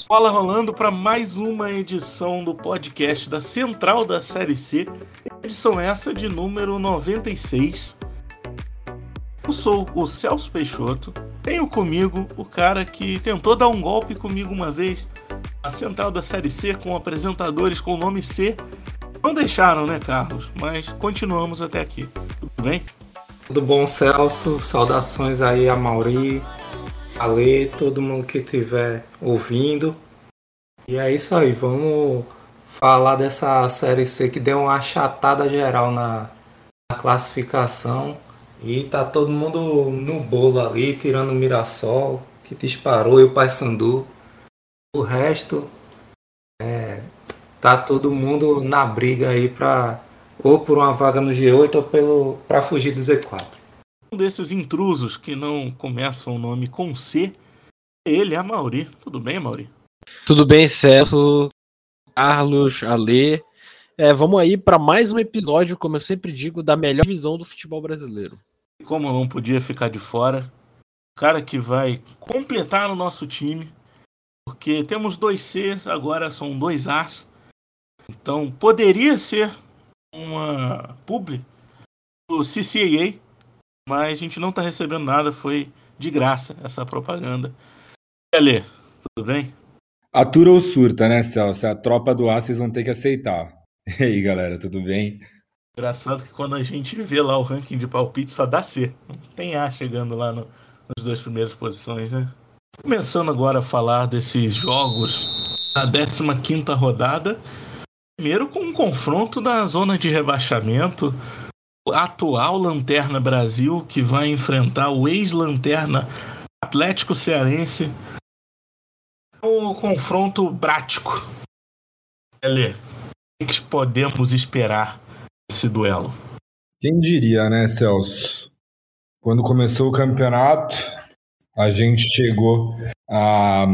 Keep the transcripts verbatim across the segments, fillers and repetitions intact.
Bola rolando para mais uma edição do podcast da Central da Série C, edição essa de número noventa e seis. Eu sou o Celso Peixoto, tenho comigo o cara que tentou dar um golpe comigo uma vez, a Central da Série C com apresentadores com o nome C. Não deixaram, né, Carlos? Mas continuamos até aqui. Tudo bem? Tudo bom, Celso? Saudações aí a Mauri, a Lê, todo mundo que estiver ouvindo. E é isso aí, vamos falar dessa Série C que deu uma achatada geral na, na classificação. E tá todo mundo no bolo ali, tirando o Mirassol, que disparou, e o Paysandu. O resto, é, tá todo mundo na briga aí pra, ou por uma vaga no G oito ou pelo, pra fugir do Z quatro. Um desses intrusos que não começam o nome com C, ele é a Mauri. Tudo bem, Mauri? Tudo bem, Celso, Carlos, Alê. É, vamos aí para mais um episódio, como eu sempre digo, da melhor visão do futebol brasileiro. Como não podia ficar de fora, o cara que vai completar o nosso time, porque temos dois Cs, agora são dois As. Então poderia ser uma publi do C C A A, mas a gente não está recebendo nada, foi de graça essa propaganda. Alê, tudo bem? Atura ou surta, né, Celso? A tropa do A vocês vão ter que aceitar. E aí, galera, tudo bem? Engraçado que quando a gente vê lá o ranking de palpite só dá C. Não tem A chegando lá no, nas duas primeiras posições, né? Começando agora a falar desses jogos da décima quinta rodada. Primeiro com um confronto da zona de rebaixamento. O atual Lanterna Brasil que vai enfrentar o ex-Lanterna Atlético Cearense. Um confronto prático. Elê, o que podemos esperar desse duelo? Quem diria, né, Celso? Quando começou o campeonato, a gente chegou a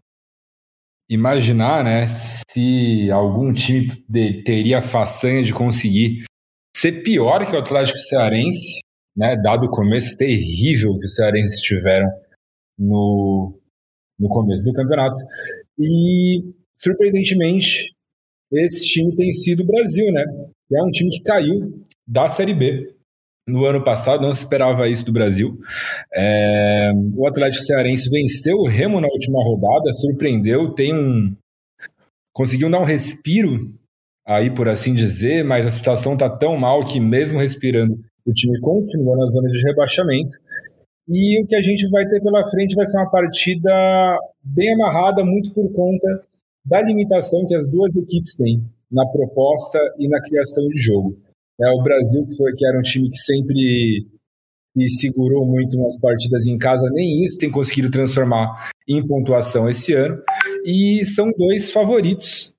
imaginar, né, se algum time de, teria a façanha de conseguir ser pior que o Atlético Cearense, né, dado o começo terrível que os cearenses tiveram no, no começo do campeonato. E, surpreendentemente, esse time tem sido o Brasil, né? É um time que caiu da Série B no ano passado, não se esperava isso do Brasil. É, o Atlético Cearense venceu o Remo na última rodada, surpreendeu, tem um, conseguiu dar um respiro aí, por assim dizer, mas a situação está tão mal que mesmo respirando, o time continua na zona de rebaixamento. E o que a gente vai ter pela frente vai ser uma partida bem amarrada, muito por conta da limitação que as duas equipes têm na proposta e na criação de jogo. É, o Brasil, que, foi, que era um time que sempre se segurou muito nas partidas em casa, nem isso tem conseguido transformar em pontuação esse ano, e são dois favoritos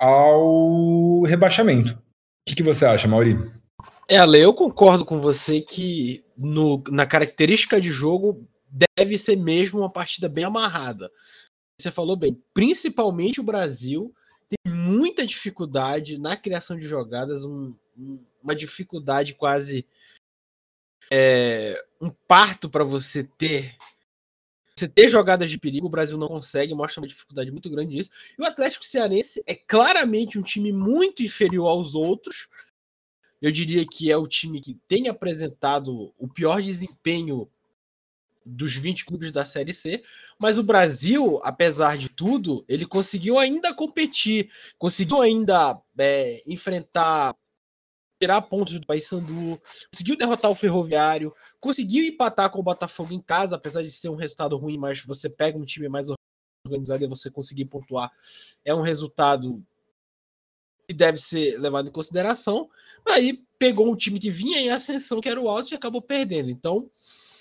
ao rebaixamento. O que, que você acha, Mauri? É, Ale, eu concordo com você que no, na característica de jogo deve ser mesmo uma partida bem amarrada. Você falou bem, principalmente o Brasil tem muita dificuldade na criação de jogadas, um, um, uma dificuldade quase é, um parto para você ter você ter jogadas de perigo. O Brasil não consegue, mostra uma dificuldade muito grande nisso. E o Atlético Cearense é claramente um time muito inferior aos outros. Eu diria que é o time que tem apresentado o pior desempenho dos vinte clubes da Série C, mas o Brasil, apesar de tudo, ele conseguiu ainda competir, conseguiu ainda é, enfrentar, tirar pontos do Paysandu, conseguiu derrotar o Ferroviário, conseguiu empatar com o Botafogo em casa, apesar de ser um resultado ruim, mas você pega um time mais organizado e você conseguir pontuar, é um resultado que deve ser levado em consideração. Aí pegou um time que vinha em ascensão, que era o Altos, e acabou perdendo. Então,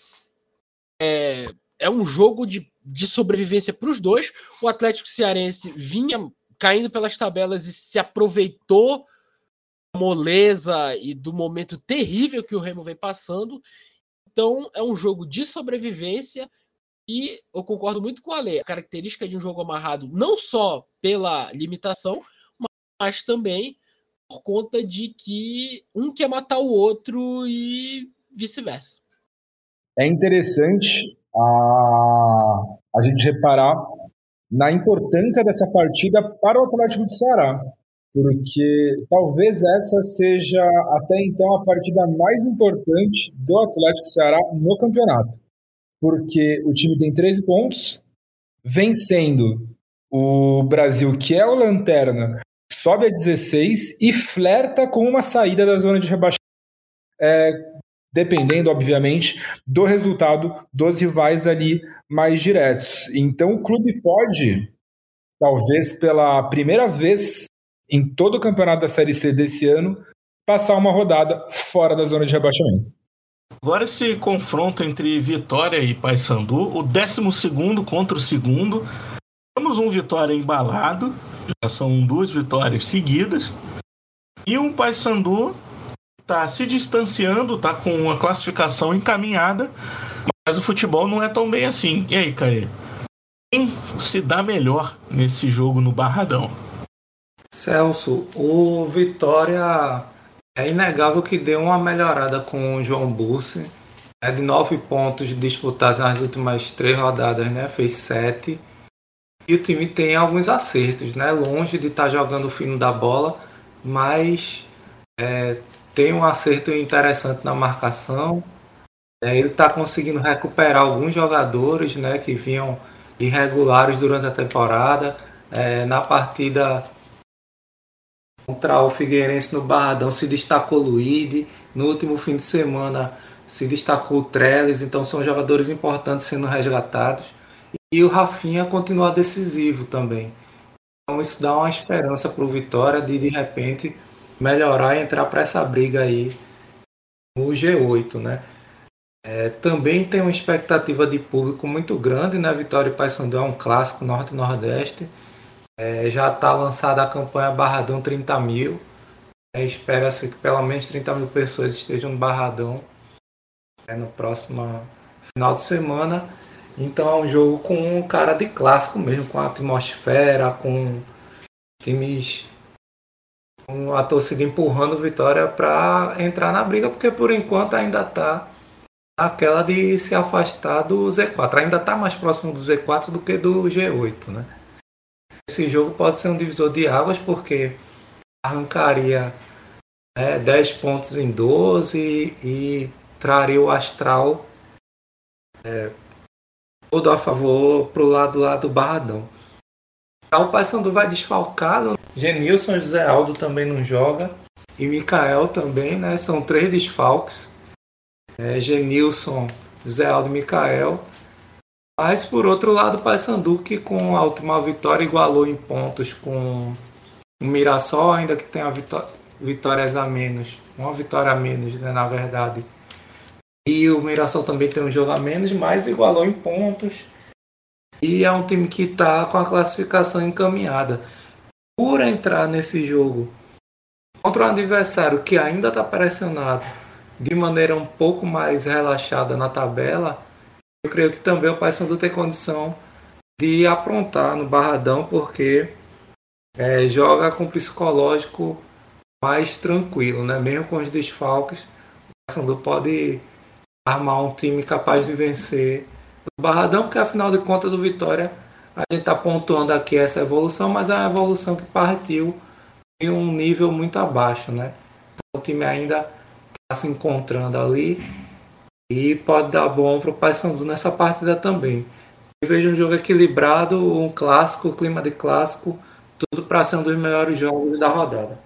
é, é um jogo de, de sobrevivência para os dois. O Atlético Cearense vinha caindo pelas tabelas e se aproveitou da moleza e do momento terrível que o Remo vem passando. Então, é um jogo de sobrevivência e eu concordo muito com a Lê. A característica de um jogo amarrado, não só pela limitação, mas também por conta de que um quer matar o outro e vice-versa. É interessante a, a gente reparar na importância dessa partida para o Atlético do Ceará, porque talvez essa seja até então a partida mais importante do Atlético do Ceará no campeonato, porque o time tem treze pontos, vencendo o Brasil, que é o lanterna, sobe a dezesseis e flerta com uma saída da zona de rebaixamento, é, dependendo, obviamente, do resultado dos rivais ali mais diretos. Então o clube pode, talvez pela primeira vez em todo o campeonato da Série C desse ano, passar uma rodada fora da zona de rebaixamento. Agora esse confronto entre Vitória e Paysandu, o décimo segundo contra o segundo. Temos um Vitória embalado, já são duas vitórias seguidas, e um Paysandu está se distanciando, está com a classificação encaminhada, mas o futebol não é tão bem assim. E aí, Caê? Quem se dá melhor nesse jogo no Barradão? Celso, o Vitória é inegável que deu uma melhorada com o João Bursi. É de nove pontos disputados nas últimas três rodadas, né? Fez sete. E o time tem alguns acertos, né? Longe de estar jogando o fino da bola, mas é, tem um acerto interessante na marcação. É, ele está conseguindo recuperar alguns jogadores, né, que vinham irregulares durante a temporada. É, na partida contra o Figueirense no Barradão se destacou o Luide. No último fim de semana se destacou o Trellis. Então são jogadores importantes sendo resgatados. E o Rafinha continua decisivo também. Então isso dá uma esperança para o Vitória de, de repente, melhorar e entrar para essa briga aí no G oito, né? É, também tem uma expectativa de público muito grande, né? Vitória e Paysandu é um clássico norte-nordeste. É, já está lançada a campanha Barradão trinta mil. É, espera-se que pelo menos trinta mil pessoas estejam no Barradão é, no próximo final de semana. Então é um jogo com um cara de clássico mesmo, com a atmosfera, com times, com a torcida empurrando o Vitória para entrar na briga, porque por enquanto ainda está aquela de se afastar do Z quatro. Ainda está mais próximo do Z quatro do que do G oito, né? Esse jogo pode ser um divisor de águas, porque arrancaria é, dez pontos em doze e traria o astral é, todo a favor pro lado lá do Barradão. O Paysandu vai desfalcado. Genilson e José Aldo também não joga. E Mikael também, né? São três desfalques. É, Genilson, José Aldo e Mikael. Mas por outro lado, o Paysandu, que com a última vitória igualou em pontos com o Mirassol, ainda que tenha vitó- vitórias a menos. Uma vitória a menos, né, na verdade. E o Mirassol também tem um jogo a menos, mas igualou em pontos. E é um time que está com a classificação encaminhada. Por entrar nesse jogo contra um adversário que ainda está pressionado de maneira um pouco mais relaxada na tabela, eu creio que também o Paysandu tem condição de aprontar no Barradão, porque é, joga com psicológico mais tranquilo, né? Mesmo com os desfalques, o Paysandu pode armar um time capaz de vencer o Barradão, porque afinal de contas o Vitória, a gente está pontuando aqui essa evolução, mas é uma evolução que partiu em um nível muito abaixo, né? Então, o time ainda está se encontrando ali e pode dar bom para o Paysandu nessa partida também. Eu vejo um jogo equilibrado, um clássico, clima de clássico, tudo para ser um dos melhores jogos da rodada.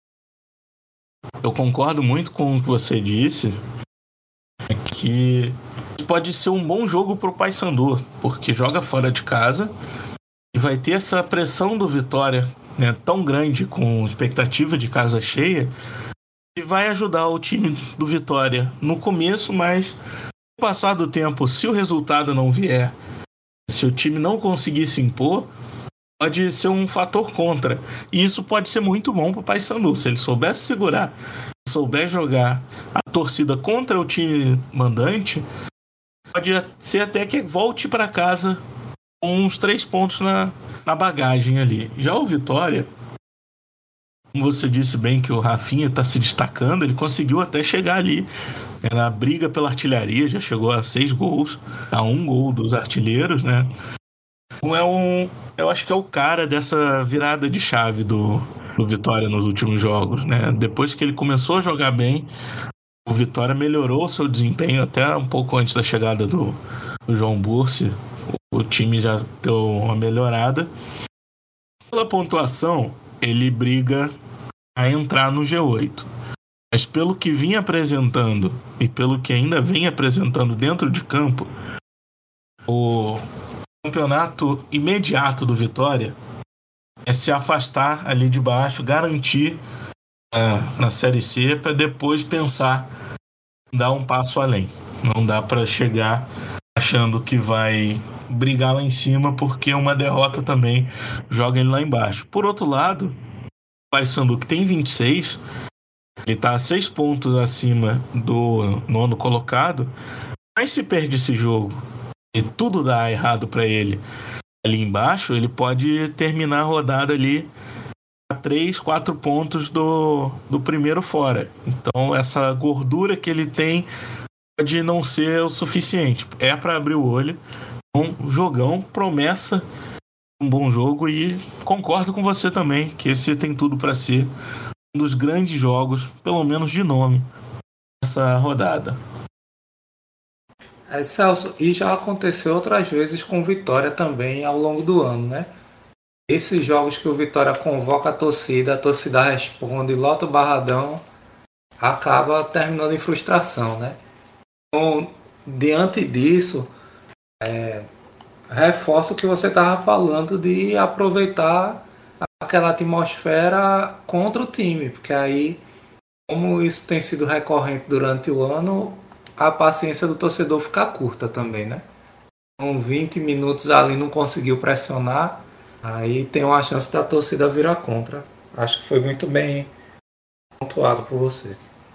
Eu concordo muito com o que você disse, que pode ser um bom jogo para o Paysandu, porque joga fora de casa e vai ter essa pressão do Vitória, né, tão grande, com expectativa de casa cheia, e vai ajudar o time do Vitória no começo, mas no passar do tempo, se o resultado não vier, se o time não conseguir se impor, pode ser um fator contra. E isso pode ser muito bom para o Paysandu, se ele souber se segurar, souber jogar a torcida contra o time mandante, pode ser até que volte para casa com uns três pontos na, na bagagem ali. Já o Vitória, como você disse bem que o Rafinha está se destacando, ele conseguiu até chegar ali na briga pela artilharia, já chegou a seis gols, a um gol dos artilheiros, né? Não é um, eu acho que é o cara dessa virada de chave do, do Vitória nos últimos jogos, né? Depois que ele começou a jogar bem, o Vitória melhorou o seu desempenho até um pouco antes da chegada do, do João Bursi. O, o time já deu uma melhorada. Pela pontuação, ele briga a entrar no G oito. Mas pelo que vinha apresentando e pelo que ainda vem apresentando dentro de campo, o campeonato imediato do Vitória é se afastar ali de baixo, garantir uh, na Série C para depois pensar em dar um passo além. Não dá para chegar achando que vai brigar lá em cima, porque uma derrota também joga ele lá embaixo. Por outro lado, o Paysandu, que tem vinte e seis, ele está a seis pontos acima do nono colocado, mas se perde esse jogo e tudo dá errado para ele ali embaixo, ele pode terminar a rodada ali a três, quatro pontos do, do primeiro fora. Então essa gordura que ele tem pode não ser o suficiente. É para abrir o olho. Um jogão, promessa, um bom jogo, e concordo com você também que esse tem tudo para ser um dos grandes jogos, pelo menos de nome, dessa rodada. É, Celso, e já aconteceu outras vezes com Vitória também ao longo do ano, né? Esses jogos que o Vitória convoca a torcida, a torcida responde, lota o Barradão, acaba terminando em frustração, né? Então, diante disso, é, reforço o que você estava falando de aproveitar aquela atmosfera contra o time, porque aí, como isso tem sido recorrente durante o ano, a paciência do torcedor fica curta também, né? Com vinte minutos ali não conseguiu pressionar, aí tem uma chance da torcida virar contra. Acho que foi muito bem pontuado por você.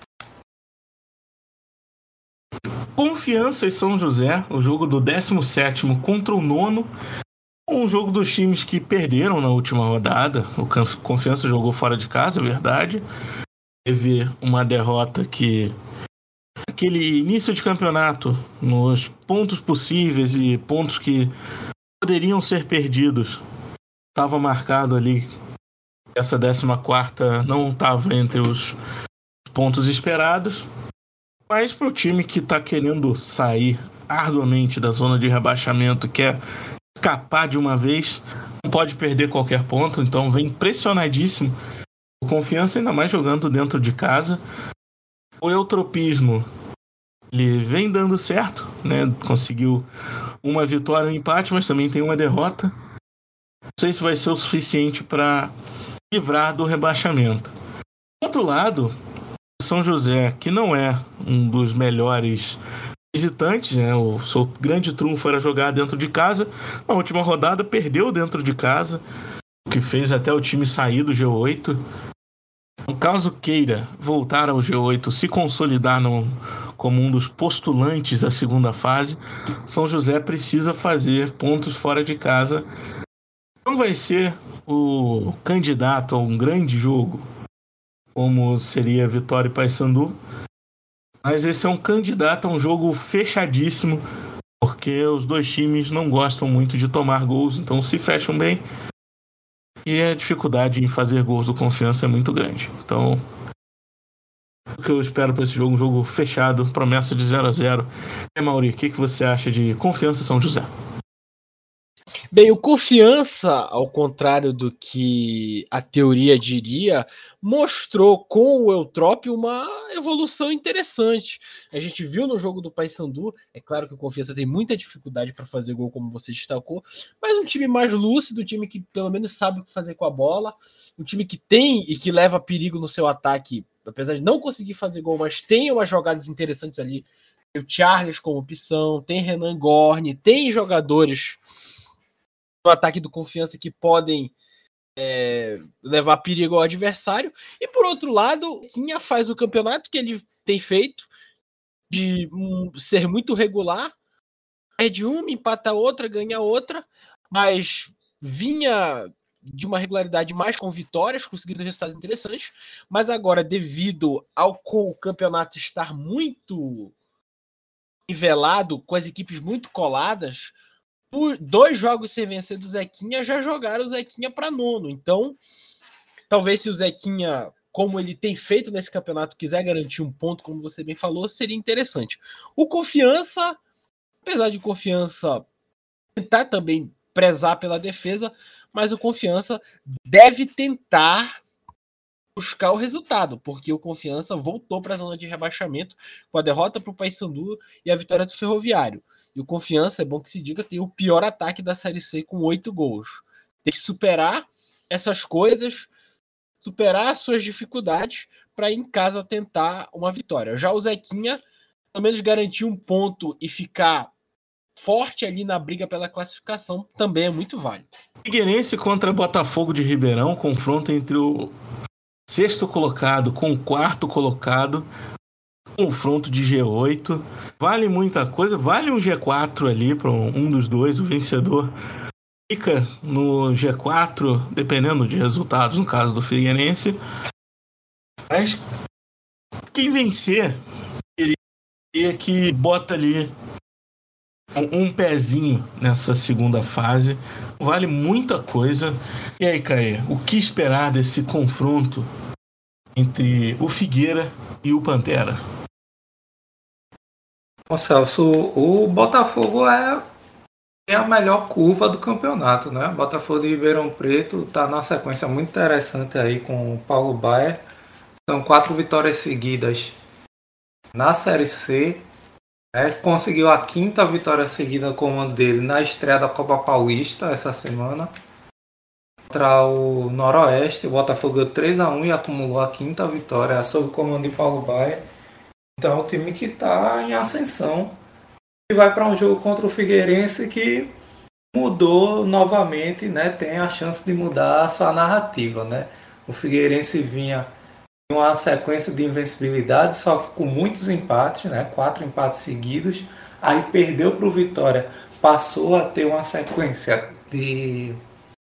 Confiança e São José, o jogo do décimo sétimo contra o nono. Um jogo dos times que perderam na última rodada. O Confiança jogou fora de casa, é verdade. Teve uma derrota que... Aquele início de campeonato, nos pontos possíveis e pontos que poderiam ser perdidos, estava marcado ali. Essa décima quarta não estava entre os pontos esperados. Mas para o time que está querendo sair arduamente da zona de rebaixamento, quer escapar de uma vez, não pode perder qualquer ponto, então vem pressionadíssimo. O Confiança, ainda mais jogando dentro de casa. O eutropismo, ele vem dando certo, né? Conseguiu uma vitória e um empate, mas também tem uma derrota. Não sei se vai ser o suficiente para livrar do rebaixamento. Do outro lado, o São José, que não é um dos melhores visitantes, né? O seu grande trunfo era jogar dentro de casa. Na última rodada perdeu dentro de casa, o que fez até o time sair do G oito. No caso queira voltar ao G oito, se consolidar no, como um dos postulantes à segunda fase, São José precisa fazer pontos fora de casa. Não vai ser o candidato a um grande jogo, como seria Vitória e Paysandu, mas esse é um candidato a um jogo fechadíssimo, porque os dois times não gostam muito de tomar gols, então se fecham bem, e a dificuldade em fazer gols do Confiança é muito grande. Então, o que eu espero para esse jogo, um jogo fechado, promessa de zero a zero. E Mauri, o que, que você acha de Confiança e São José? Bem, o Confiança, ao contrário do que a teoria diria, mostrou com o Eutrópio uma evolução interessante. A gente viu no jogo do Paysandu, é claro que o Confiança tem muita dificuldade para fazer gol, como você destacou, mas um time mais lúcido, um time que pelo menos sabe o que fazer com a bola, um time que tem e que leva perigo no seu ataque, apesar de não conseguir fazer gol, mas tem umas jogadas interessantes ali. Tem o Charles como opção, tem Renan Gorni, tem jogadores no ataque do Confiança que podem é, levar perigo ao adversário. E por outro lado, Quinha faz o campeonato que ele tem feito de um, ser muito regular, perde uma, empata outra, ganha outra, mas vinha de uma regularidade mais com vitórias, conseguindo resultados interessantes, mas agora, devido ao o campeonato estar muito nivelado, com as equipes muito coladas, dois jogos sem vencer do Zequinha já jogaram o Zequinha para nono. Então, talvez se o Zequinha, como ele tem feito nesse campeonato, quiser garantir um ponto, como você bem falou, seria interessante. O Confiança, apesar de Confiança tentar também prezar pela defesa, mas o Confiança deve tentar buscar o resultado, porque o Confiança voltou para a zona de rebaixamento com a derrota para o Paysandu e a vitória do Ferroviário. E o Confiança, é bom que se diga, tem o pior ataque da Série C com oito gols. Tem que superar essas coisas, superar as suas dificuldades para em casa tentar uma vitória. Já o Zequinha, pelo menos garantir um ponto e ficar forte ali na briga pela classificação, também é muito válido. Figueirense contra Botafogo de Ribeirão, confronto entre o sexto colocado com o quarto colocado, confronto de G oito, vale muita coisa, vale um G quatro ali para um dos dois, o vencedor fica no G quatro, dependendo de resultados, no caso do Figueirense, mas quem vencer teria que bota ali um pezinho nessa segunda fase, vale muita coisa. E aí, Caê, o que esperar desse confronto entre o Figueira e o Pantera? Bom, Celso, o Botafogo é, é a melhor curva do campeonato, né? O Botafogo de Ribeirão Preto está numa sequência muito interessante aí com o Paulo Baier. São quatro vitórias seguidas na Série C. É, conseguiu a quinta vitória seguida com o comando dele na estreia da Copa Paulista essa semana contra o Noroeste. O Botafogo deu três a um e acumulou a quinta vitória sob o comando de Paulo Baier. Então é um time que está em ascensão e vai para um jogo contra o Figueirense que mudou novamente, né? Tem a chance de mudar a sua narrativa, né? O Figueirense vinha uma sequência de invencibilidade, só que com muitos empates, né? Quatro empates seguidos. Aí perdeu para o Vitória, passou a ter uma sequência de,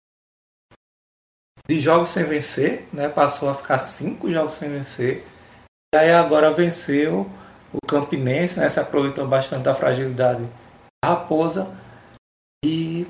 de jogos sem vencer, né? Passou a ficar cinco jogos sem vencer. E aí agora venceu o Campinense, né? Se aproveitou bastante da fragilidade da Raposa e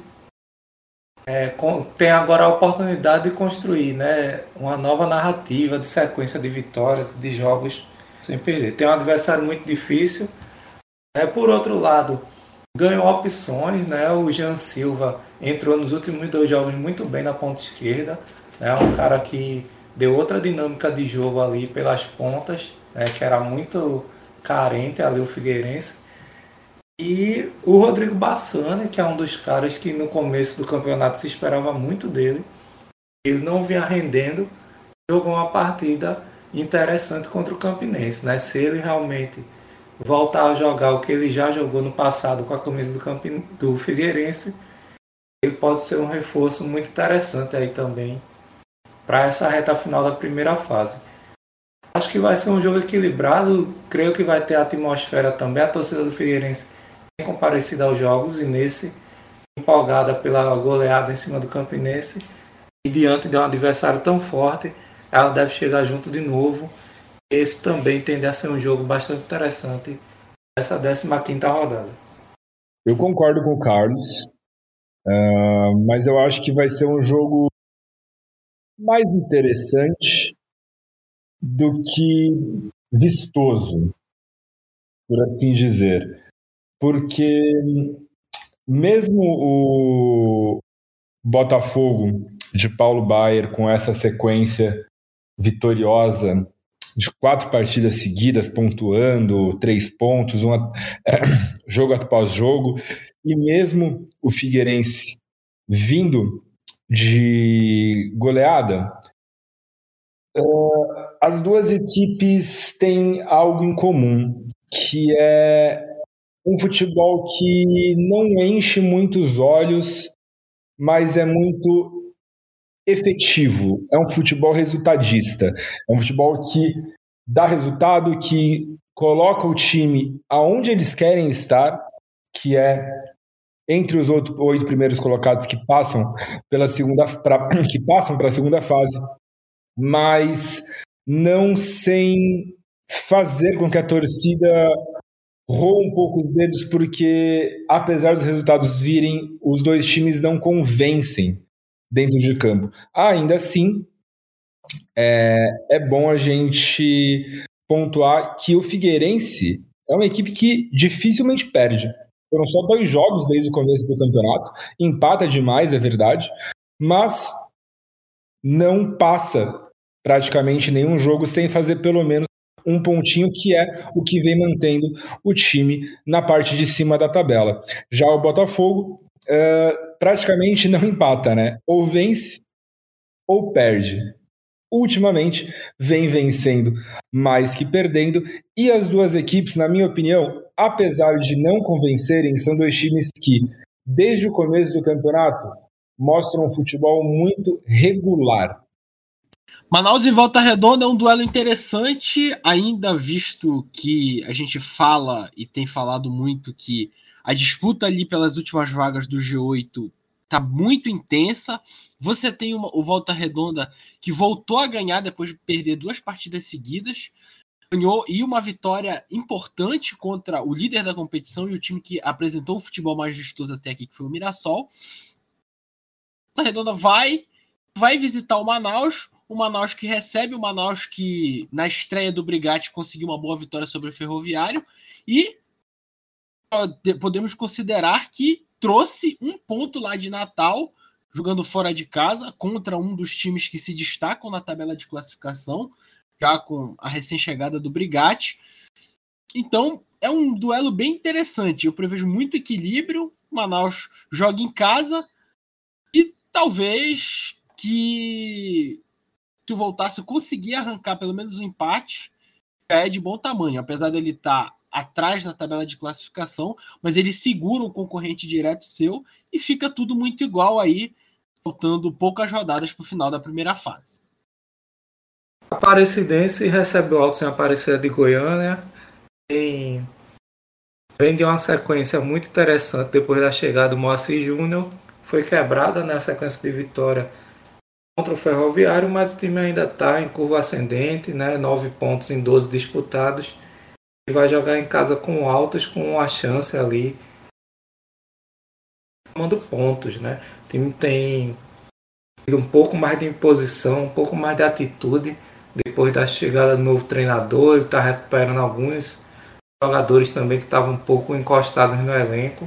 É, com, tem agora a oportunidade de construir, né, uma nova narrativa de sequência de vitórias, de jogos sem perder. Tem um adversário muito difícil. É, por outro lado, ganhou opções, né, o Jean Silva entrou nos últimos dois jogos muito bem na ponta esquerda. É né, um cara que deu outra dinâmica de jogo ali pelas pontas, né, que era muito carente ali o Figueirense. E o Rodrigo Bassani, que é um dos caras que no começo do campeonato se esperava muito dele, ele não vinha rendendo, jogou uma partida interessante contra o Campinense, né? Se ele realmente voltar a jogar o que ele já jogou no passado com a camisa do, Campin... do Figueirense, ele pode ser um reforço muito interessante aí também para essa reta final da primeira fase. Acho que vai ser um jogo equilibrado, creio que vai ter a atmosfera também, a torcida do Figueirense comparecida aos jogos e nesse empolgada pela goleada em cima do Campinense e diante de um adversário tão forte, ela deve chegar junto de novo. Esse também tende a ser um jogo bastante interessante essa décima quinta rodada. Eu concordo com o Carlos, uh, mas eu acho que vai ser um jogo mais interessante do que vistoso, por assim dizer. Porque mesmo o Botafogo de Paulo Baier com essa sequência vitoriosa de quatro partidas seguidas, pontuando três pontos, uma, é, jogo após jogo, e mesmo o Figueirense vindo de goleada, uh, as duas equipes têm algo em comum, que é um futebol que não enche muitos olhos, mas é muito efetivo. É um futebol resultadista. É um futebol que dá resultado, que coloca o time aonde eles querem estar, que é entre os oito, oito primeiros colocados que passam pela segunda, pra, que passam para a segunda fase, mas não sem fazer com que a torcida roa um pouco os dedos porque, apesar dos resultados virem, os dois times não convencem dentro de campo. Ainda assim, é, é bom a gente pontuar que o Figueirense é uma equipe que dificilmente perde. Foram só dois jogos desde o começo do campeonato, empata demais, é verdade, mas não passa praticamente nenhum jogo sem fazer pelo menos um pontinho, que é o que vem mantendo o time na parte de cima da tabela. Já o Botafogo uh, praticamente não empata, né? Ou vence ou perde. Ultimamente vem vencendo mais que perdendo, e as duas equipes, na minha opinião, apesar de não convencerem, são dois times que, desde o começo do campeonato, mostram um futebol muito regular. Manaus e Volta Redonda é um duelo interessante, ainda visto que a gente fala e tem falado muito que a disputa ali pelas últimas vagas do G oito está muito intensa. Você tem uma, o Volta Redonda que voltou a ganhar depois de perder duas partidas seguidas, ganhou e uma vitória importante contra o líder da competição e o time que apresentou o futebol mais vistoso até aqui, que foi o Mirassol. Volta Redonda vai, vai visitar o Manaus, o Manaus que recebe, o Manaus que na estreia do Brigatti conseguiu uma boa vitória sobre o Ferroviário e podemos considerar que trouxe um ponto lá de Natal, jogando fora de casa, contra um dos times que se destacam na tabela de classificação, já com a recém-chegada do Brigatti. Então, é um duelo bem interessante. Eu prevejo muito equilíbrio. Manaus joga em casa e talvez que se voltasse a conseguir arrancar pelo menos um empate, já é de bom tamanho. Apesar dele estar atrás na tabela de classificação, mas ele segura um concorrente direto seu e fica tudo muito igual aí, faltando poucas rodadas para o final da primeira fase. A Aparecidense recebe o Altos em Aparecida de Goiânia. Em... Vem de uma sequência muito interessante depois da chegada do Moacir Júnior. Foi quebrada na sequência de vitória contra o Ferroviário, mas o time ainda está em curva ascendente, né? nove pontos em doze disputados. E vai jogar em casa com o Altos, com uma chance ali, tomando pontos, né? O time tem um pouco mais de imposição, um pouco mais de atitude depois da chegada do novo treinador. Ele está recuperando alguns jogadores também que estavam um pouco encostados no elenco.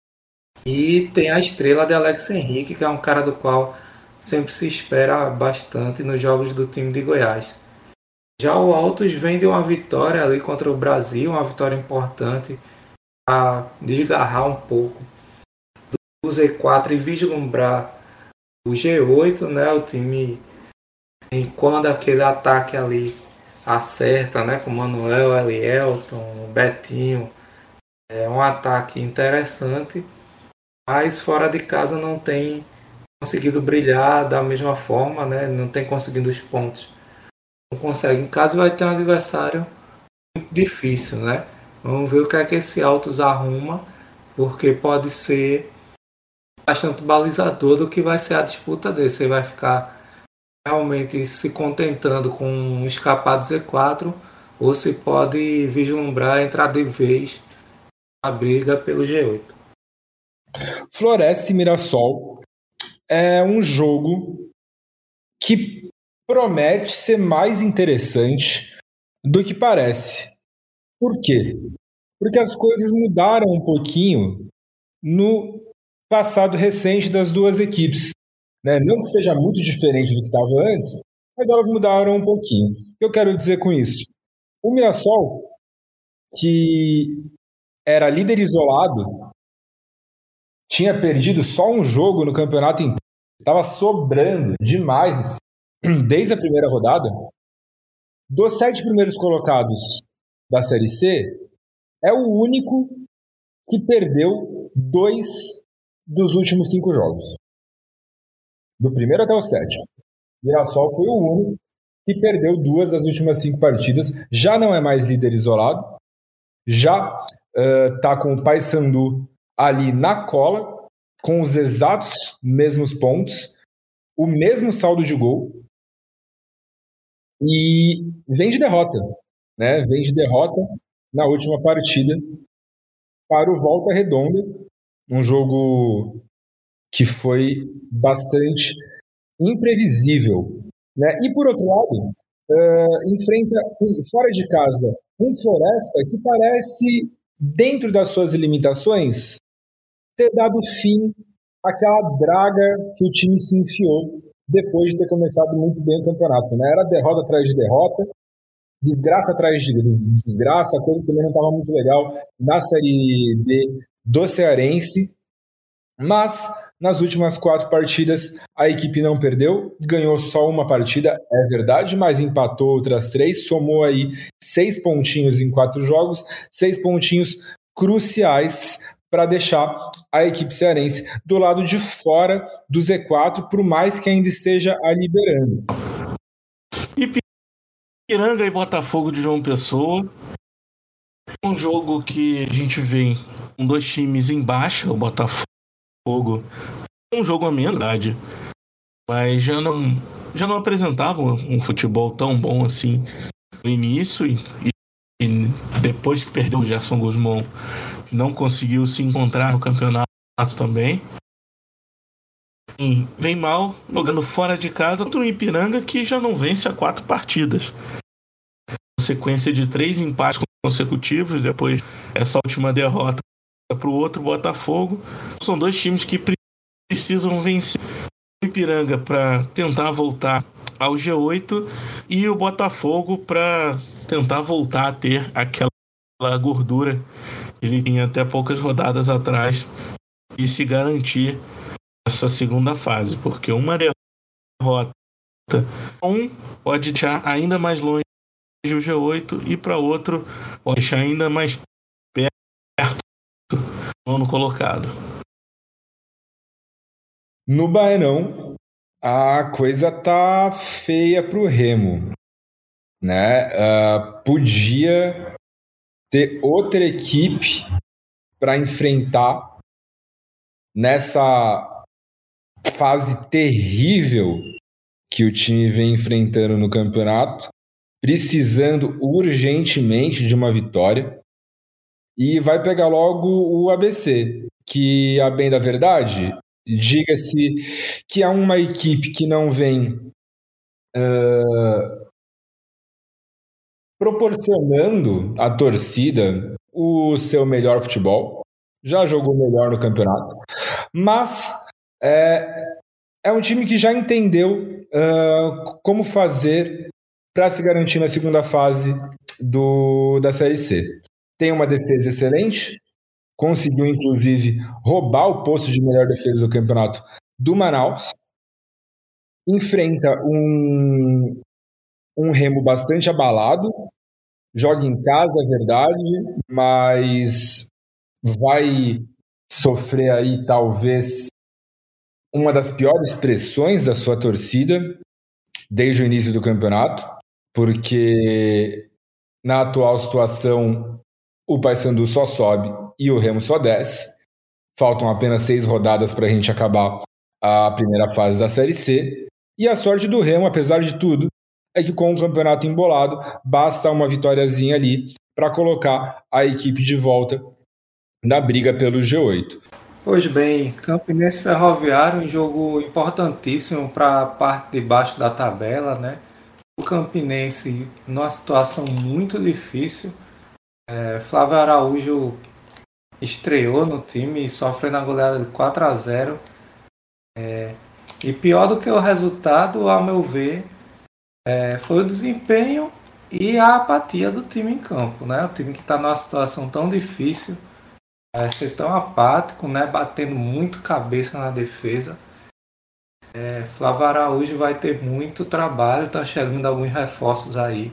E tem a estrela de Alex Henrique, que é um cara do qual sempre se espera bastante nos jogos do time de Goiás. Já o Altos vem de uma vitória ali contra o Brasil, uma vitória importante para desgarrar um pouco do Z quatro e vislumbrar o G oito, né? O time, quando aquele ataque ali acerta, né? Com o Manuel, Elielton, o Betinho, é um ataque interessante, mas fora de casa não tem conseguido brilhar da mesma forma, né? Não tem conseguido os pontos. Não consegue. Em casa vai ter um adversário muito difícil, né? Vamos ver o que é que esse Altos arruma, porque pode ser bastante balizador do que vai ser a disputa dele. Você vai ficar realmente se contentando com escapar do Z quatro, ou se pode vislumbrar entrar de vez na briga pelo G oito. Floresta e Mirassol é um jogo que promete ser mais interessante do que parece. Por quê? Porque as coisas mudaram um pouquinho no passado recente das duas equipes, né? Não que seja muito diferente do que estava antes, mas elas mudaram um pouquinho. O que eu quero dizer com isso? O Mirassol, que era líder isolado, tinha perdido só um jogo no campeonato inteiro, estava sobrando demais desde a primeira rodada. Dos sete primeiros colocados da Série C, é o único que perdeu dois dos últimos cinco jogos. Do primeiro até o sétimo. Mirassol foi o único que perdeu duas das últimas cinco partidas. Já não é mais líder isolado. Já está uh, com o Paysandu ali na cola, com os exatos mesmos pontos, o mesmo saldo de gol. E vem de derrota. Né? Vem de derrota na última partida para o Volta Redonda, um jogo que foi bastante imprevisível, né? E por outro lado, uh, enfrenta fora de casa um Floresta que parece, dentro das suas limitações, ter dado fim àquela draga que o time se enfiou depois de ter começado muito bem o campeonato, né? Era derrota atrás de derrota, desgraça atrás de desgraça, a coisa também não estava muito legal na Série B do Cearense, mas nas últimas quatro partidas a equipe não perdeu, ganhou só uma partida, é verdade, mas empatou outras três, somou aí seis pontinhos em quatro jogos, seis pontinhos cruciais para deixar a equipe cearense do lado de fora do Z quatro, por mais que ainda esteja a liderando. Ipiranga e Botafogo de João Pessoa, um jogo que a gente vê com dois times em baixa, o Botafogo um jogo a menos, verdade, mas já não, já não apresentava um futebol tão bom assim no início e, e depois que perdeu o Gerson Guzmão não conseguiu se encontrar no campeonato também. E vem mal jogando fora de casa contra o Ipiranga, que já não vence há quatro partidas. Sequência de três empates consecutivos, depois essa última derrota para o outro Botafogo. São dois times que precisam vencer o Ipiranga para tentar voltar ao G oito e o Botafogo para tentar voltar a ter aquela gordura que ele tinha até poucas rodadas atrás e se garantir essa segunda fase, porque uma derrota um pode deixar ainda mais longe o G oito e para outro pode deixar ainda mais perto do nono colocado. No Baenão, a coisa tá feia pro Remo, né? Uh, podia ter outra equipe para enfrentar nessa fase terrível que o time vem enfrentando no campeonato, precisando urgentemente de uma vitória, e vai pegar logo o A B C, que, a bem da verdade, diga-se que é uma equipe que não vem uh, proporcionando à torcida o seu melhor futebol, já jogou melhor no campeonato, mas é, é um time que já entendeu uh, como fazer para se garantir na segunda fase do, da Série C. Tem uma defesa excelente, conseguiu inclusive roubar o posto de melhor defesa do campeonato do Manaus, enfrenta um, um Remo bastante abalado, joga em casa, é verdade, mas vai sofrer aí talvez uma das piores pressões da sua torcida desde o início do campeonato, porque na atual situação o Paysandu só sobe e o Remo só desce. Faltam apenas seis rodadas para a gente acabar a primeira fase da Série C. E a sorte do Remo, apesar de tudo, é que com o campeonato embolado, basta uma vitóriazinha ali para colocar a equipe de volta na briga pelo G oito. Pois bem, Campinense Ferroviário, um jogo importantíssimo para a parte de baixo da tabela, né? O Campinense numa situação muito difícil. É, Flávio Araújo estreou no time, sofrendo a goleada de quatro a zero. É, e pior do que o resultado, ao meu ver, é, foi o desempenho e a apatia do time em campo, né? O time que está numa situação tão difícil, é, ser tão apático, né? Batendo muito cabeça na defesa. É, Flávio Araújo vai ter muito trabalho, está chegando alguns reforços aí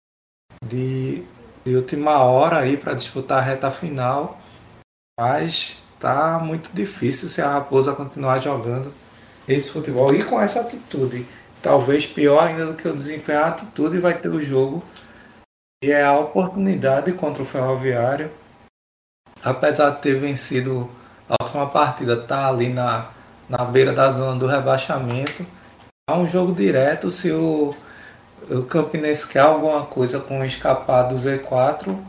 de, de última hora aí para disputar a reta final, mas tá muito difícil se a Raposa continuar jogando esse futebol e com essa atitude. Talvez pior ainda do que o desempenho, a atitude vai ter o jogo e é a oportunidade contra o Ferroviário, apesar de ter vencido a última partida, tá ali na na beira da zona do rebaixamento. É um jogo direto. Se o, o Campinense quer alguma coisa com escapar do Z quatro,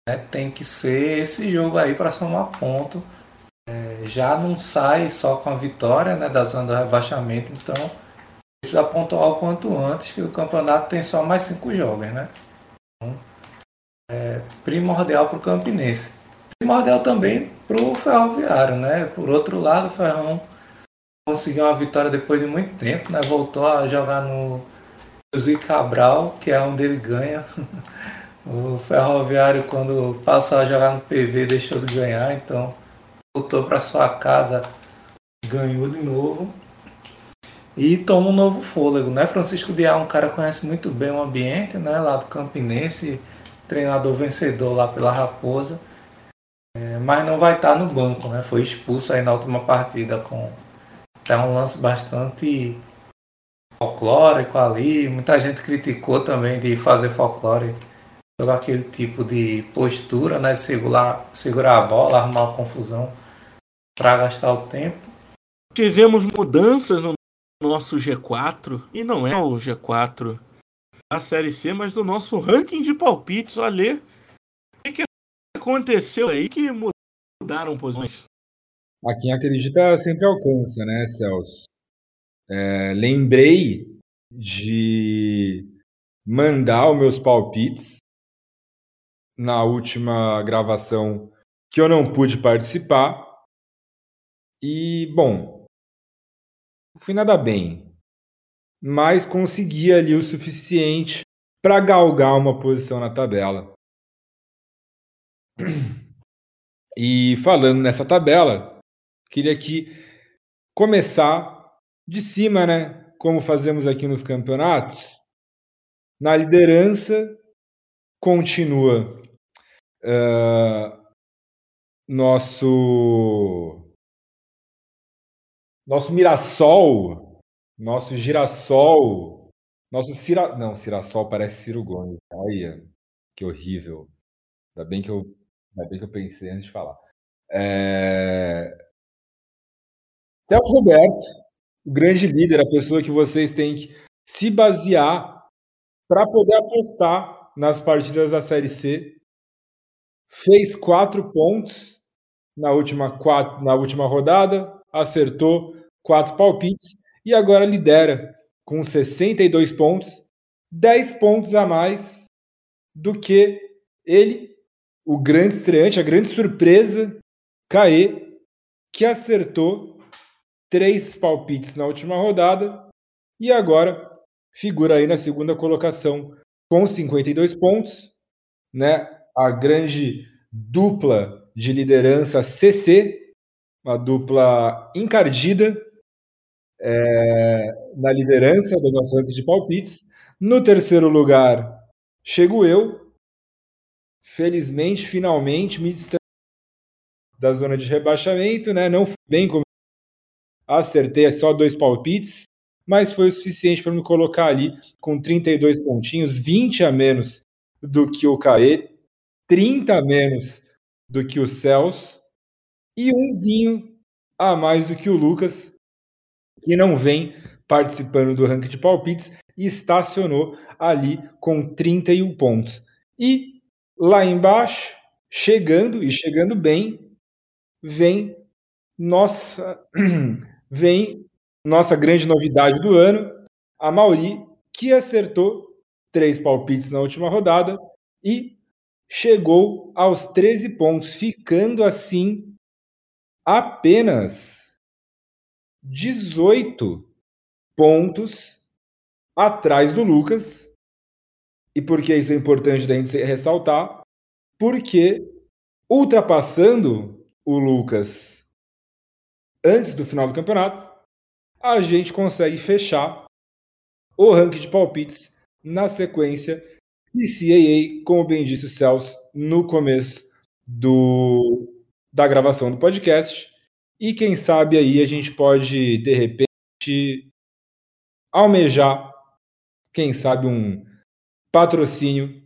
né, tem que ser esse jogo aí para somar ponto. É, já não sai só com a vitória, né, da zona do rebaixamento, então precisa pontuar o quanto antes, que o campeonato tem só mais cinco jogos, né? Então, é primordial para o Campinense. Primordial também para o Ferroviário, né? Por outro lado, o Ferrão conseguiu uma vitória depois de muito tempo, né? Voltou a jogar no José Cabral, que é onde ele ganha. O Ferroviário, quando passou a jogar no P V, deixou de ganhar, então voltou para sua casa, ganhou de novo e toma um novo fôlego, né? Francisco Diá, um cara que conhece muito bem o ambiente, né? Lá do Campinense, treinador vencedor lá pela Raposa, é, mas não vai estar no banco, né? Foi expulso aí na última partida com até um lance bastante folclórico ali. Muita gente criticou também de fazer folclore sobre aquele tipo de postura, né? Segurar, segurar a bola, arrumar uma confusão para gastar o tempo. Tivemos mudanças no nosso G quatro, e não é o G quatro da Série C, mas do nosso ranking de palpites. Olha, o que, que aconteceu aí que mudaram posições? A quem acredita sempre alcança, né, Celso? É, lembrei de mandar os meus palpites na última gravação que eu não pude participar. E, bom, não fui nada bem, mas consegui ali o suficiente para galgar uma posição na tabela. E falando nessa tabela, queria aqui começar de cima, né? Como fazemos aqui nos campeonatos. Na liderança continua uh, nosso nosso Mirassol, nosso Girassol, nosso Cira... Não, Cirassol parece Ciro Gomes. Olha, que horrível. Ainda bem que eu, ainda bem que eu pensei antes de falar. É... Celso Roberto, o grande líder, a pessoa que vocês têm que se basear para poder apostar nas partidas da Série C. Fez quatro pontos na última, quatro, na última rodada, acertou quatro palpites e agora lidera com sessenta e dois pontos, dez pontos a mais do que ele, o grande estreante, a grande surpresa, Caê, que acertou três palpites na última rodada e agora figura aí na segunda colocação com cinquenta e dois pontos, né? A grande dupla de liderança C C, uma dupla encardida é, na liderança do nosso ranking de palpites. No terceiro lugar, chego eu. Felizmente, finalmente, me distanciei da zona de rebaixamento, né? Não fui bem como acertei só dois palpites, mas foi o suficiente para me colocar ali com trinta e dois pontinhos, vinte a menos do que o Caê, trinta a menos do que o Celso e umzinho a mais do que o Lucas, que não vem participando do ranking de palpites e estacionou ali com trinta e um pontos. E lá embaixo, chegando e chegando bem, vem nossa vem nossa grande novidade do ano, a Mauri, que acertou três palpites na última rodada e chegou aos treze pontos, ficando assim apenas dezoito pontos atrás do Lucas. E por que isso é importante da gente ressaltar? Porque ultrapassando o Lucas antes do final do campeonato, a gente consegue fechar o ranking de palpites na sequência C C A A, como bem disse o Celso no começo do, da gravação do podcast. E quem sabe aí a gente pode, de repente, almejar, quem sabe, um patrocínio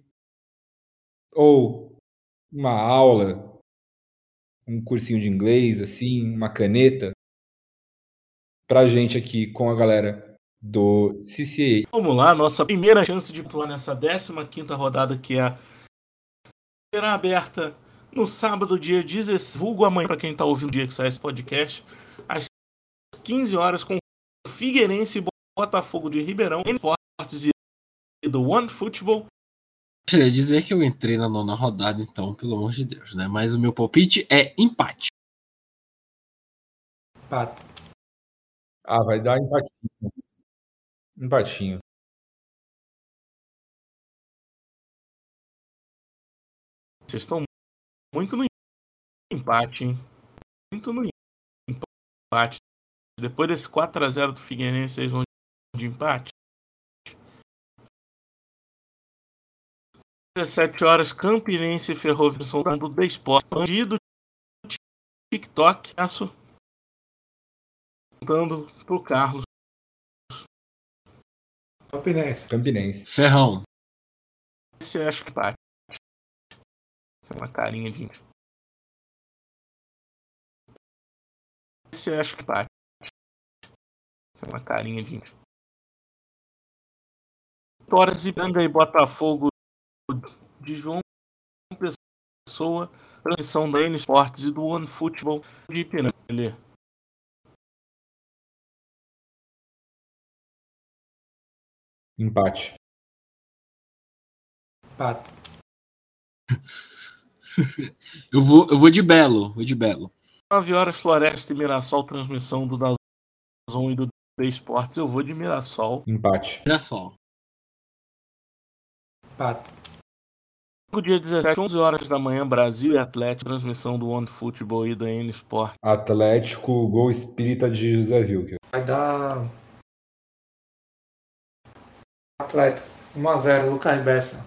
ou uma aula, um cursinho de inglês, assim, uma caneta, pra gente aqui com a galera do C C A. Vamos lá, nossa primeira chance de pular nessa décima quinta rodada, que é a será aberta no sábado, dia dezesseis, vulgo amanhã, para quem está ouvindo o dia que sai esse podcast, às quinze horas, com Figueirense e Botafogo de Ribeirão, Esportes e do OneFootball. Queria dizer que eu entrei na nona rodada, então, pelo amor de Deus, né? Mas o meu palpite é empate. Empate. Ah, vai dar empatinho. Empatinho. Vocês estão muito no empate, hein? Muito no empate. Depois desse quatro a zero do Figueirense, vocês vão de empate. dezessete horas, Campinense e Ferroviário São Paulo do Desporto. Bandido TikTok. Perguntando pro Carlos. Campinense. Campinense. Ferrão. Você acha que empate? Tem uma carinha de. Você acha que empate? Tem uma carinha de. Vitórias e Ganga e Botafogo de João Pessoa, transmissão da N Sports e do OneFootball de Ipiranga. Empate. Empate. eu, vou, eu vou de Belo. Vou de Belo. nove horas, Floresta e Mirassol, transmissão do Dazon e do D Esportes. Eu vou de Mirassol. Empate. Mirassol. Empate. No dia dezessete, onze horas da manhã, Brasil e Atlético, transmissão do OneFootball e da N Sport. Atlético, gol espírita de José Wilker. Vai dar Atlético. um a zero, Lucas Bessa.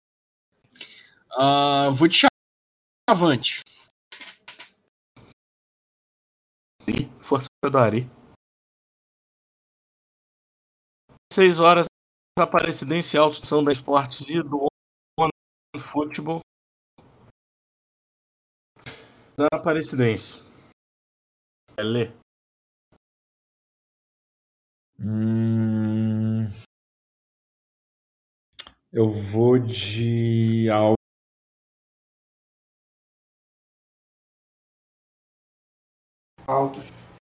Uh, vou de Chavante. Força do Ari. seis horas, Aparecidense e Autoção da Esportes e do OneFootball. Da Aparecidense. Lê. Hum... Eu vou de Al... Altos.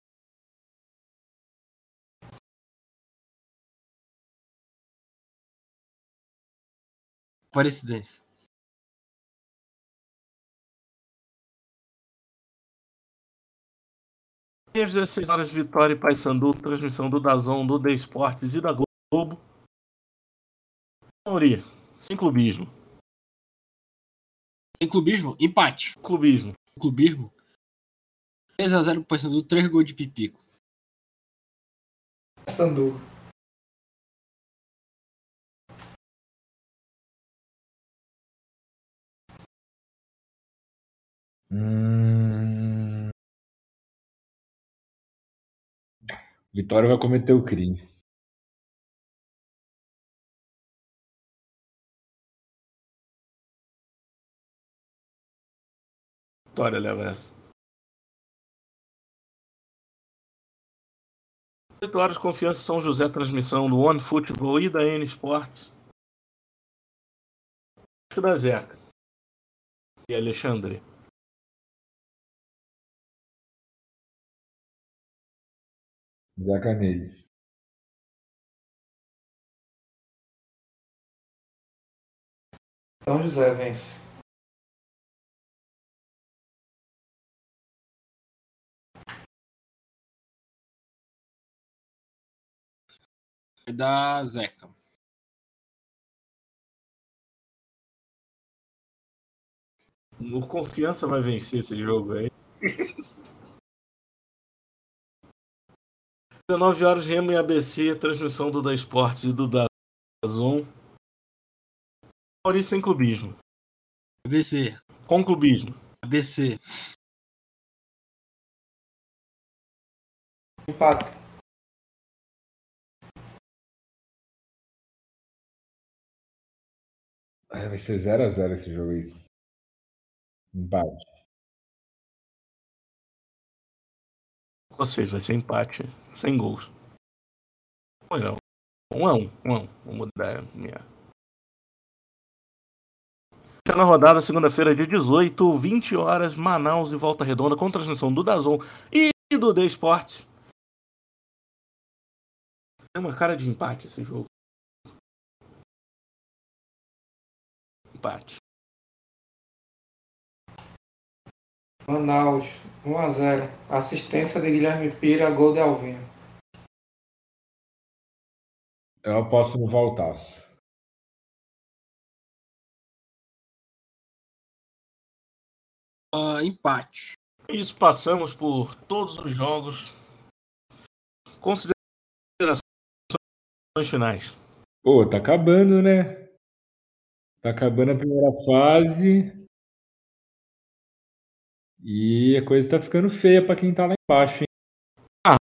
Aparecidense. Às dezesseis horas, Vitória e Paysandu, transmissão do Dazon, do D Esportes e da Globo. Mauri, sem clubismo. Em clubismo, empate. Clubismo. Clubismo. três a zero pro Paysandu, três gols de Pipico. Sandu. Hum... Vitória vai cometer o crime. Vitória leva essa. oito horas, Confiança São José, transmissão do OneFootball e da N Sports. Da Zeca e Alexandre. Zeca Neves. São José vence. Vai dar Zeca. O Confiança vai vencer esse jogo aí. dezenove horas, Remo e A B C, transmissão do Da Esportes e do Dazon. Maurício sem clubismo. A B C. Com clubismo. A B C. Empate. É, vai ser zero a zero esse jogo aí. Empate. Ou seja, vai ser empate. Sem gols. Ou não. Um a um. Um a um. Vou mudar a minha. Na rodada, segunda-feira, dia dezoito, vinte horas, Manaus e Volta Redonda, com transmissão do DAZN e do The Sport. Tem uma cara de empate esse jogo. Empate. Manaus, um a zero. Assistência de Guilherme Pira, gol de Alvinho. Eu aposto no Voltaço. Uh, empate. Isso, passamos por todos os jogos. Considerações finais. Pô, tá acabando, né? Tá acabando a primeira fase. E a coisa tá ficando feia pra quem tá lá embaixo, hein? Ah,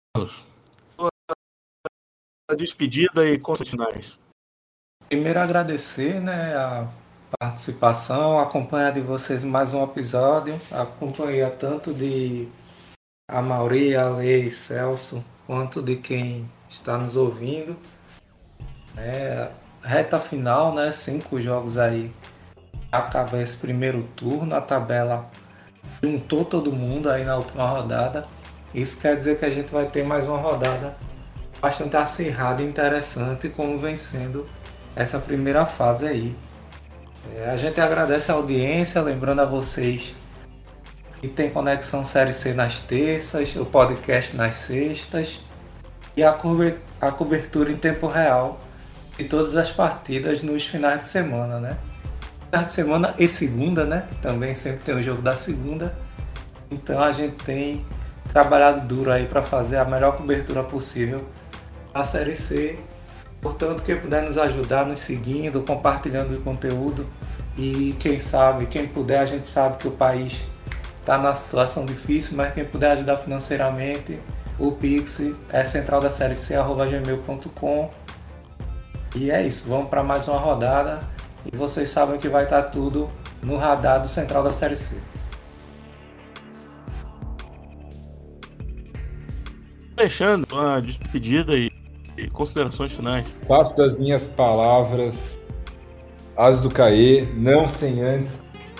a despedida e considerações finais. Primeiro agradecer, né, a participação, a companhia de vocês em mais um episódio, a companhia tanto de Amaury, Ale e Celso, quanto de quem está nos ouvindo. É, reta final, né, cinco jogos aí, acaba esse primeiro turno, a tabela juntou todo mundo aí na última rodada. Isso quer dizer que a gente vai ter mais uma rodada bastante acirrada e interessante, como vem sendo essa primeira fase aí. É, a gente agradece a audiência, lembrando a vocês que tem Conexão Série C nas terças, o podcast nas sextas e a cobertura em tempo real de todas as partidas nos finais de semana, né? Finais de semana e segunda, né? Também sempre tem o jogo da segunda. Então a gente tem trabalhado duro aí para fazer a melhor cobertura possível da Série C. Portanto, quem puder nos ajudar, nos seguindo, compartilhando o conteúdo e quem sabe, quem puder, a gente sabe que o país está numa situação difícil, mas quem puder ajudar financeiramente, o Pix é central da série C arroba gmail ponto com. E é isso, vamos para mais uma rodada e vocês sabem que vai estar tudo no radar do Central da Série C. Fechando a despedida e, e considerações finais. Faço das minhas palavras as do Caê, não sem antes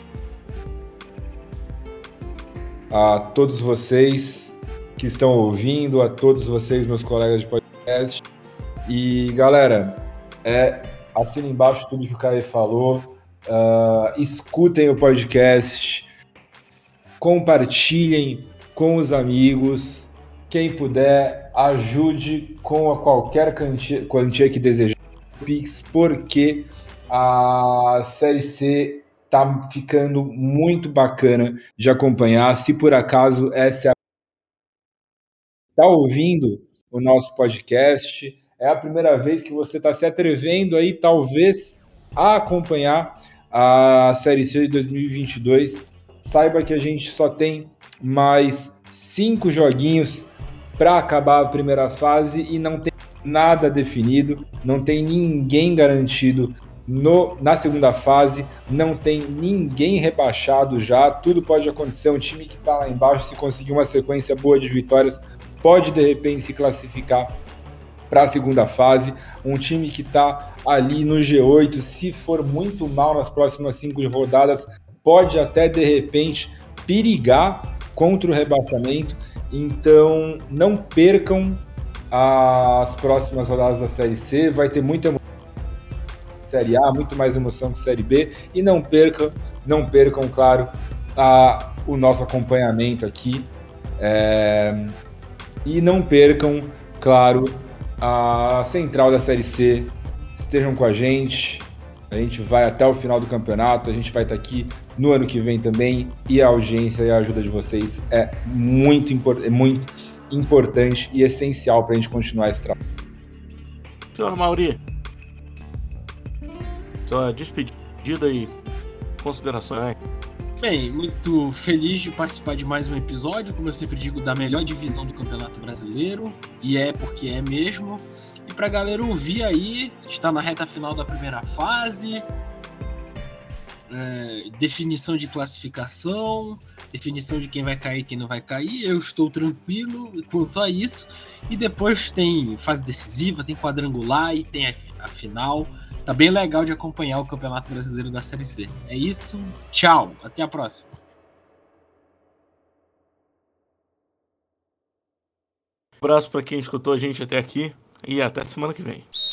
a todos vocês que estão ouvindo, a todos vocês, meus colegas de podcast. E, galera, é, assinem embaixo tudo que o Caê falou, uh, escutem o podcast, compartilhem com os amigos, quem puder, ajude com a qualquer quantia, quantia que desejar no Pix, porque a Série C tá ficando muito bacana de acompanhar. Se por acaso essa é a... tá ouvindo o nosso podcast, é a primeira vez que você está se atrevendo aí, talvez, a acompanhar a Série C de dois mil e vinte e dois, saiba que a gente só tem mais cinco joguinhos para acabar a primeira fase e não tem nada definido, não tem ninguém garantido no, na segunda fase, não tem ninguém rebaixado já, tudo pode acontecer. Um time que está lá embaixo, se conseguir uma sequência boa de vitórias, pode de repente se classificar para a segunda fase. Um time que está ali no G oito, se for muito mal nas próximas cinco rodadas, pode até de repente perigar contra o rebaixamento. Então não percam as próximas rodadas da Série C, vai ter muita emoção na Série A, muito mais emoção que Série B, e não percam, não percam, claro, a, o nosso acompanhamento aqui, é, e não percam, claro, a central da Série C. Estejam com a gente, a gente vai até o final do campeonato, a gente vai estar aqui no ano que vem também, e a audiência e a ajuda de vocês é muito, import- é muito importante e essencial para a gente continuar esse trabalho. Senhor Amaury, sua despedida e considerações. Bem, muito feliz de participar de mais um episódio, como eu sempre digo, da melhor divisão do Campeonato Brasileiro, e é porque é mesmo. E pra galera ouvir aí, está na reta final da primeira fase. é, definição de classificação, definição de quem vai cair e quem não vai cair. Eu estou tranquilo quanto a isso. E depois tem fase decisiva, tem quadrangular e tem a, a final. Tá bem legal de acompanhar o Campeonato Brasileiro da Série C. É isso, tchau, até a próxima. Um abraço para quem escutou a gente até aqui e até semana que vem.